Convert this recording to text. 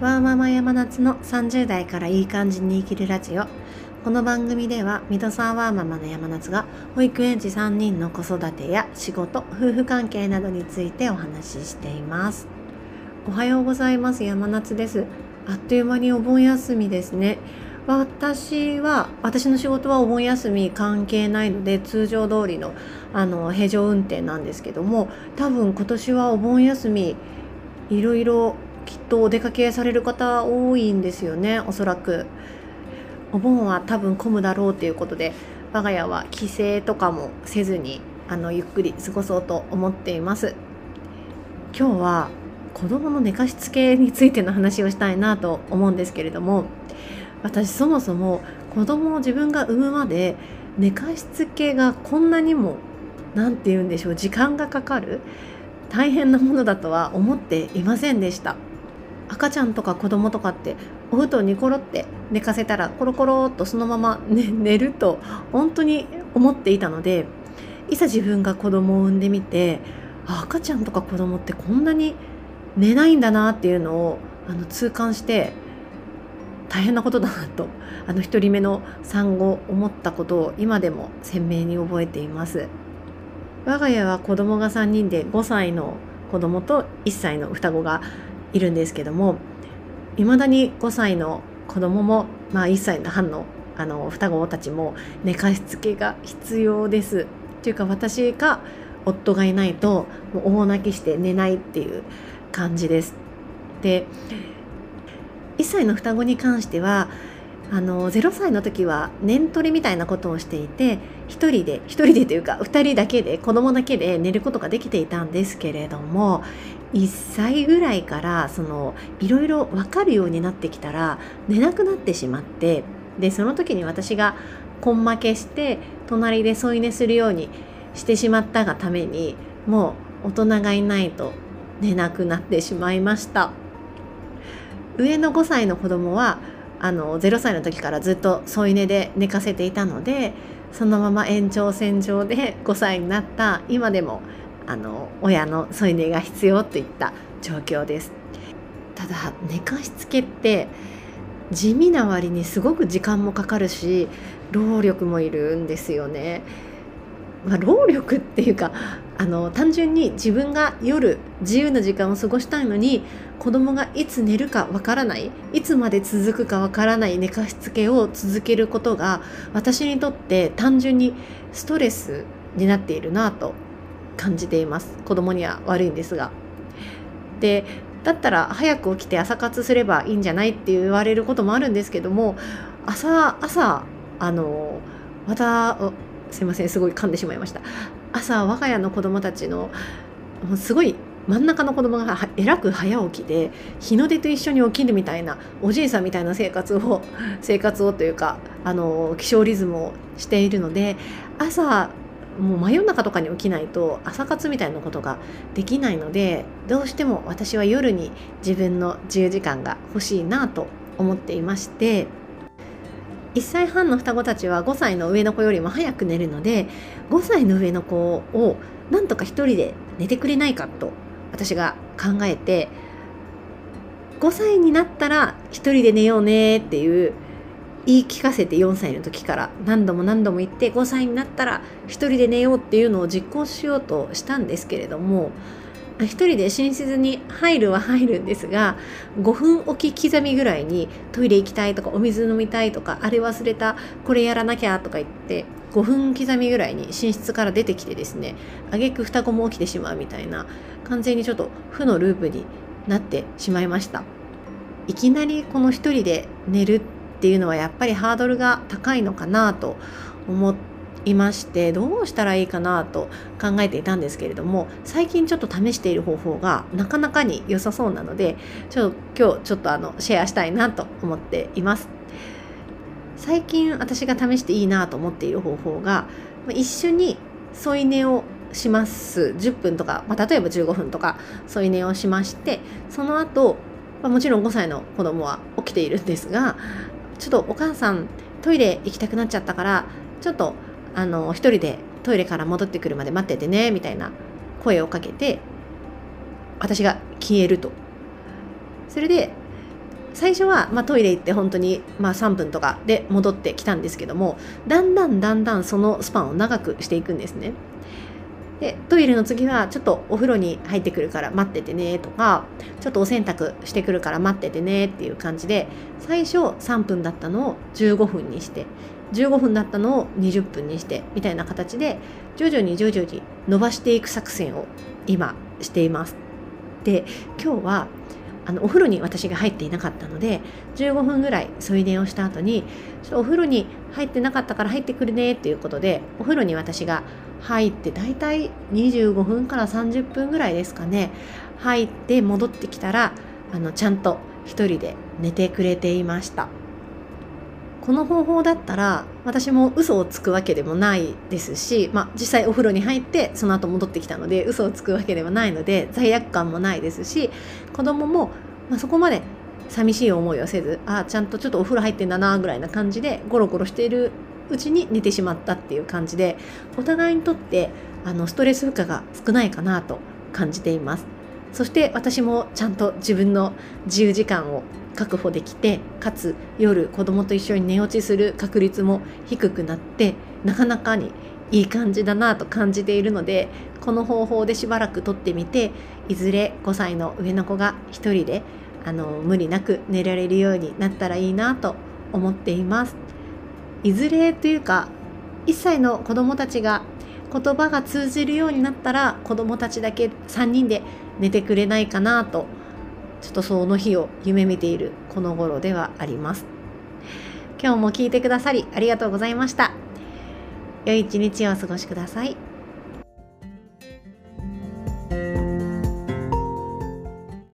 ワーママ山夏の30代からいい感じに生きるラジオ。この番組では水戸さんワーママの山夏が保育園児3人の子育てや仕事、夫婦関係などについてお話ししています。おはようございます。山夏です。あっという間にお盆休みですね。私の仕事はお盆休み関係ないので通常通りの平常運転なんですけども、多分今年はお盆休みいろいろきっとお出かけされる方多いんですよね。おそらくお盆は多分混むだろうということで、我が家は帰省とかもせずにゆっくり過ごそうと思っています。今日は子供の寝かしつけについての話をしたいなと思うんですけれども、私そもそも子供を自分が産むまで寝かしつけがこんなにも時間がかかる大変なものだとは思っていませんでした。赤ちゃんとか子供とかってお布団にコロって寝かせたらコロコロっとそのまま、寝ると本当に思っていたので、いざ自分が子供を産んでみて、赤ちゃんとか子供ってこんなに寝ないんだなっていうのを痛感して、大変なことだなと一人目の産後思ったことを今でも鮮明に覚えています。我が家は子供が3人で5歳の子供と1歳の双子がいるんですけども、未だに5歳の子供も、1歳の半の双子たちも寝かしつけが必要ですというか、私か夫がいないともう大泣きして寝ないっていう感じです。で、1歳の双子に関しては0歳の時は年トレみたいなことをしていて、一人でというか2人だけで、子供だけで寝ることができていたんですけれども、1歳ぐらいからいろいろ分かるようになってきたら寝なくなってしまって、でその時に私が根負けして隣で添い寝するようにしてしまったがために、もう大人がいないと寝なくなってしまいました。上の5歳の子供は0歳の時からずっと添い寝で寝かせていたので、そのまま延長線上で5歳になった今でも親の添い寝が必要といった状況です。ただ寝かしつけって地味な割にすごく時間もかかるし、労力もいるんですよね。労力っていうか単純に自分が夜自由な時間を過ごしたいのに、子供がいつ寝るかわからない、いつまで続くかわからない寝かしつけを続けることが私にとって単純にストレスになっているなと感じています。子供には悪いんですが。でだったら早く起きて朝活すればいいんじゃないって言われることもあるんですけども、朝すいません、すごい噛んでしまいました。朝我が家の子供たちのもうすごい真ん中の子供がえらく早起きで、日の出と一緒に起きるみたいな、おじいさんみたいな生活をというか起床リズムをしているので、朝もう真夜中とかに起きないと朝活みたいなことができないので、どうしても私は夜に自分の自由時間が欲しいなと思っていまして、1歳半の双子たちは5歳の上の子よりも早く寝るので、5歳の上の子をなんとか一人で寝てくれないかと私が考えて、5歳になったら一人で寝ようねっていう言い聞かせて、4歳の時から何度も言って、5歳になったら一人で寝ようっていうのを実行しようとしたんですけれども、一人で寝室に入るは入るんですが、5分おき刻みぐらいにトイレ行きたいとかお水飲みたいとか、あれ忘れたこれやらなきゃとか言って5分刻みぐらいに寝室から出てきてですね、挙句双子も起きてしまうみたいな、完全にちょっと負のループになってしまいました。いきなりこの一人で寝るっていうのはやっぱりハードルが高いのかなと思いまして、どうしたらいいかなと考えていたんですけれども、最近ちょっと試している方法がなかなかに良さそうなので、今日ちょっとシェアしたいなと思っています。最近私が試していいなと思っている方法が、一緒に添い寝をします。10分とか、例えば15分とか添い寝をしまして、その後、もちろん5歳の子供は起きているんですが、ちょっとお母さんトイレ行きたくなっちゃったから、ちょっと一人でトイレから戻ってくるまで待っててねみたいな声をかけて、私が消えると。それで最初は、トイレ行って本当に、3分とかで戻ってきたんですけども、だんだんそのスパンを長くしていくんですね。でトイレの次はちょっとお風呂に入ってくるから待っててねとか、ちょっとお洗濯してくるから待っててねっていう感じで、最初3分だったのを15分にして、15分だったのを20分にしてみたいな形で徐々に伸ばしていく作戦を今しています。で今日はお風呂に私が入っていなかったので、15分ぐらい添い寝をした後に、ちょっとお風呂に入ってなかったから入ってくるねっていうことで、お風呂に私が入ってだいたい25分から30分ぐらいですかね、入って戻ってきたらちゃんと一人で寝てくれていました。この方法だったら私も嘘をつくわけでもないですし、実際お風呂に入ってその後戻ってきたので嘘をつくわけではないので罪悪感もないですし、子供も、そこまで寂しい思いをせず、ちゃんとちょっとお風呂入ってんだなぐらいな感じでゴロゴロしているうちに寝てしまったっていう感じで、お互いにとってストレス負荷が少ないかなと感じています。そして私もちゃんと自分の自由時間を確保できて、かつ夜子供と一緒に寝落ちする確率も低くなって、なかなかにいい感じだなと感じているので、この方法でしばらくとってみて、いずれ5歳の上の子が一人で無理なく寝られるようになったらいいなと思っています。いずれというか1歳の子供たちが言葉が通じるようになったら、子供たちだけ3人で寝てくれないかなと、ちょっとその日を夢見ているこの頃ではあります。今日も聞いてくださりありがとうございました。良い一日をお過ごしください。